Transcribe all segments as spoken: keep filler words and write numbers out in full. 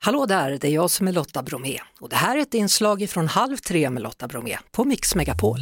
Hallå där, det är jag som är Lotta Bromé och det här är ett inslag från Halv tre med Lotta Bromé på Mix Megapol.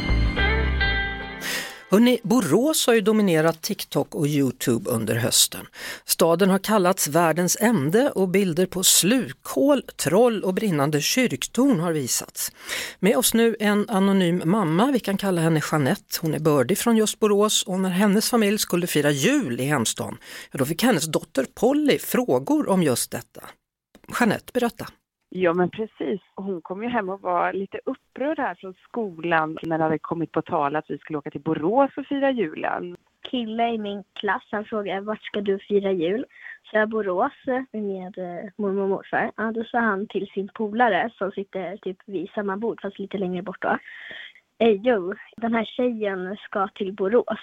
Hörrni, Borås har ju dominerat TikTok och YouTube under hösten. Staden har kallats världens ände och bilder på slukhål, troll och brinnande kyrktorn har visats. Med oss nu en anonym mamma, vi kan kalla henne Jeanette. Hon är bördig från just Borås och när hennes familj skulle fira jul i hemstaden, ja, då fick hennes dotter Polly frågor om just detta. Jeanette, berätta. Ja, men precis. Hon kom ju hem och var lite upprörd här från skolan när det hade kommit på tal att vi skulle åka till Borås och fira julen. Kille i min klass, han frågade vart ska du fira jul? Så jag Borås med mormor och morfar. Ja, då sa han till sin polare som sitter typ vid samma bord fast lite längre bort då. Ej, jo, den här tjejen ska till Borås.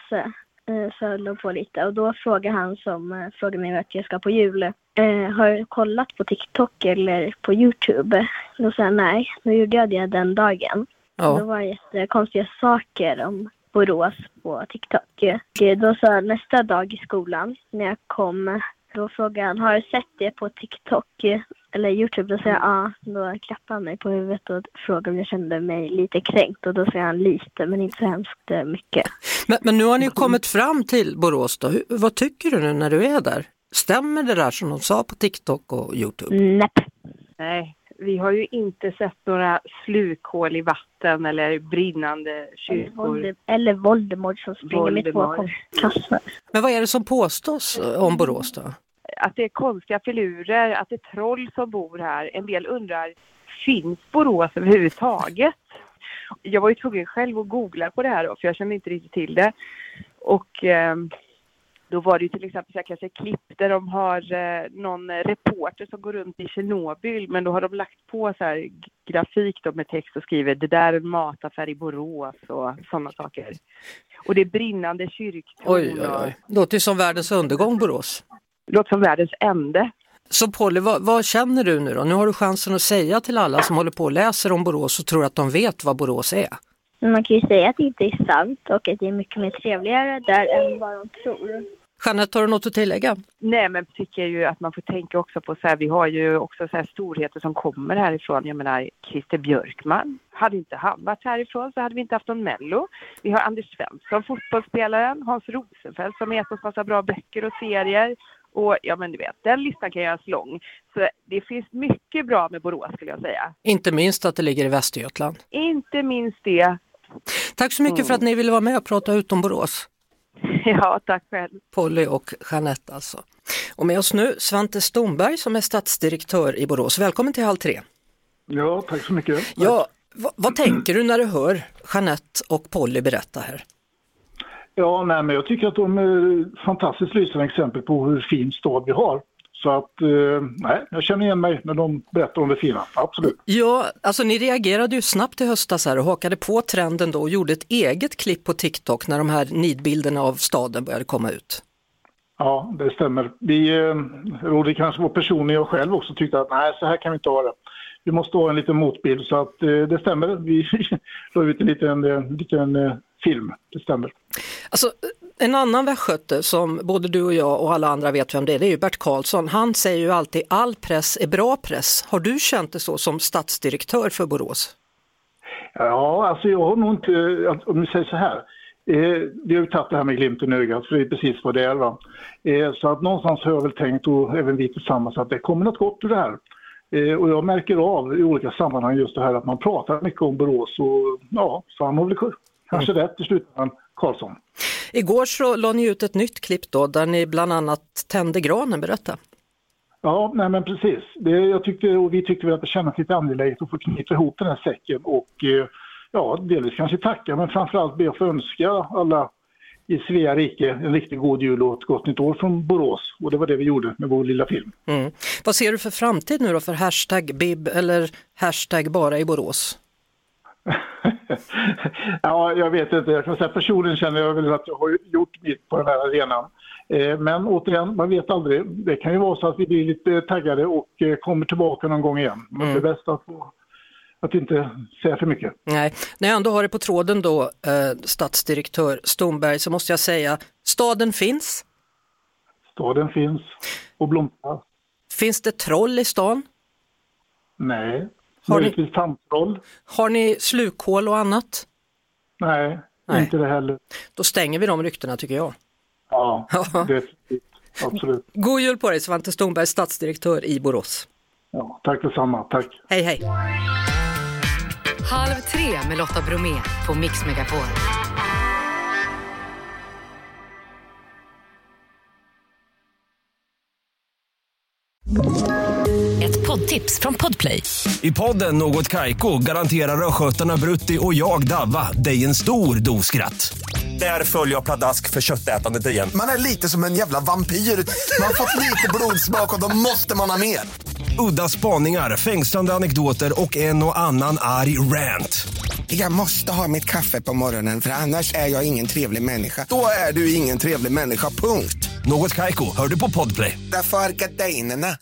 Så jag låg på lite och då frågade han som frågade mig vart jag ska på jul. Eh, har du kollat på TikTok eller på YouTube? Då sa jag nej, då gjorde jag det den dagen. Ja. Då var det jättekonstiga saker om Borås på TikTok. Då sa jag nästa dag i skolan när jag kom, då frågade han, har du sett det på TikTok eller YouTube? Då sa jag ja, då klappade han mig på huvudet och frågade om jag kände mig lite kränkt. Och då sa han lite, men inte så hemskt mycket. Men, men nu har ni ju kommit fram till Borås då. Hur, vad tycker du nu när du är där? Stämmer det där som de sa på TikTok och YouTube? Nej. Nej, vi har ju inte sett några slukhål i vatten eller brinnande kyrkor. Eller, eller Voldemort som springer Voldemort. med två kassar. Men vad är det som påstås om Borås då? Att det är konstiga filurer, att det är troll som bor här. En del undrar, finns Borås överhuvudtaget? Jag var ju tvungen själv att googla på det här då, för jag kände inte riktigt till det. Och eh, då var det ju till exempel så jag kan se klipp där de har eh, någon reporter som går runt i Tjernobyl. Men då har de lagt på så här grafik då med text och skriver det där är en mataffär i Borås och sådana saker. Och det är brinnande kyrktorn. Oj, oj, oj. Det låter ju som världens undergång Borås. Det låter som världens ände. Så Polly, vad, vad känner du nu då? Nu har du chansen att säga till alla som håller på och läser om Borås och tror att de vet vad Borås är. Man kan ju säga att det inte är sant och att det är mycket mer trevligare där än vad de tror. Jeanette, har du något att tillägga? Nej, men tycker jag ju att man får tänka också på så här, vi har ju också så här storheter som kommer härifrån. Jag menar, Christer Björkman. Hade inte han varit härifrån så hade vi inte haft någon Mello. Vi har Anders Svensson, fotbollsspelaren, Hans Rosenfeldt som gett oss massa bra böcker och serier. Och ja, men du vet, den listan kan göras lång. Så det finns mycket bra med Borås skulle jag säga. Inte minst att det ligger i Västergötland. Inte minst det. Tack så mycket mm. för att ni ville vara med och prata ut om Borås. Ja, tack själv. Polly och Jeanette alltså. Och med oss nu Svante Stomberg som är stadsdirektör i Borås. Välkommen till Halv tre. Ja, tack så mycket. Ja, vad, vad tänker du när du hör Jeanette och Polly berätta här? Ja, nej, men jag tycker att de är fantastiskt lysande exempel på hur fin stad vi har. Så att, eh, nej, jag känner igen mig när de berättar om det fina, absolut. Ja, alltså ni reagerade ju snabbt i höstas här och hakade på trenden då och gjorde ett eget klipp på TikTok när de här nidbilderna av staden började komma ut. Ja, det stämmer. Vi, eh, och det kanske var personer jag själv också tyckte att nej, så här kan vi inte ha det. Vi måste ha en liten motbild så att eh, det stämmer. Vi la ut en liten, en liten eh, film, det stämmer. Alltså en annan västgöte som både du och jag och alla andra vet vem det är, det är ju Bert Karlsson. Han säger ju alltid all press är bra press. Har du känt det så som stadsdirektör för Borås? Ja, alltså jag har nog inte, om vi säger så här. Eh, vi har ju tagit det här med glimten i ögat för det är precis vad det är va. Eh, så att någonstans har jag väl tänkt och även vi tillsammans att det kommer något gott ur det här. Eh, och jag märker av i olika sammanhang just det här att man pratar mycket om Borås och ja, så han har väl kanske mm. rätt i slutändan, Karlsson. Igår så la ni ut ett nytt klipp då där ni bland annat tände granen, berätta. Ja, nej men precis. Det, jag tyckte, och vi tyckte väl att det kändes lite angeläget att få knyta ihop den här säcken och eh, ja, delvis kanske tacka men framförallt be att få önska alla i Svea rike en riktigt god jul och ett gott nytt år från Borås. Och det var det vi gjorde med vår lilla film. Mm. Vad ser du för framtid nu då för hashtag bib eller hashtag bara i Borås? Ja, jag vet inte. Jag kan säga personligen känner jag väl att jag har gjort mitt på den här arenan. Eh, men återigen, man vet aldrig. Det kan ju vara så att vi blir lite taggade och eh, kommer tillbaka någon gång igen. Men mm. det är bäst att, att inte säga för mycket. Nej, när jag ändå har det på tråden då, eh, stadsdirektör Stomberg, så måste jag säga, staden finns. Staden finns och blomstrar. Finns det troll i stan? Nej. Har ni- Möjligtvis tandtroll? Har ni slukhål och annat? Nej, Nej. inte det heller. Då stänger vi de ryktena tycker jag. Ja, definitivt. Absolut. God jul på dig, Svante Stonberg, stadsdirektör i Borås. Ja, tack detsamma. Tack. Hej hej! Halv tre med Lotta Bromé på Mix Megapol. Ett poddtips från Podplay. I podden Något Kaiko garanterar östgötarna Brutti och jag Davva dig en stor dos skratt. Där följer jag pladask för köttätandet igen. Man är lite som en jävla vampyr. Man har fått lite blodsmak och då måste man ha mer. Udda spaningar, fängslande anekdoter och en och annan arg rant. Jag måste ha mitt kaffe på morgonen för annars är jag ingen trevlig människa. Då är du ingen trevlig människa, punkt. Något Kaiko, hör du på Podplay. Därför är gardinerna.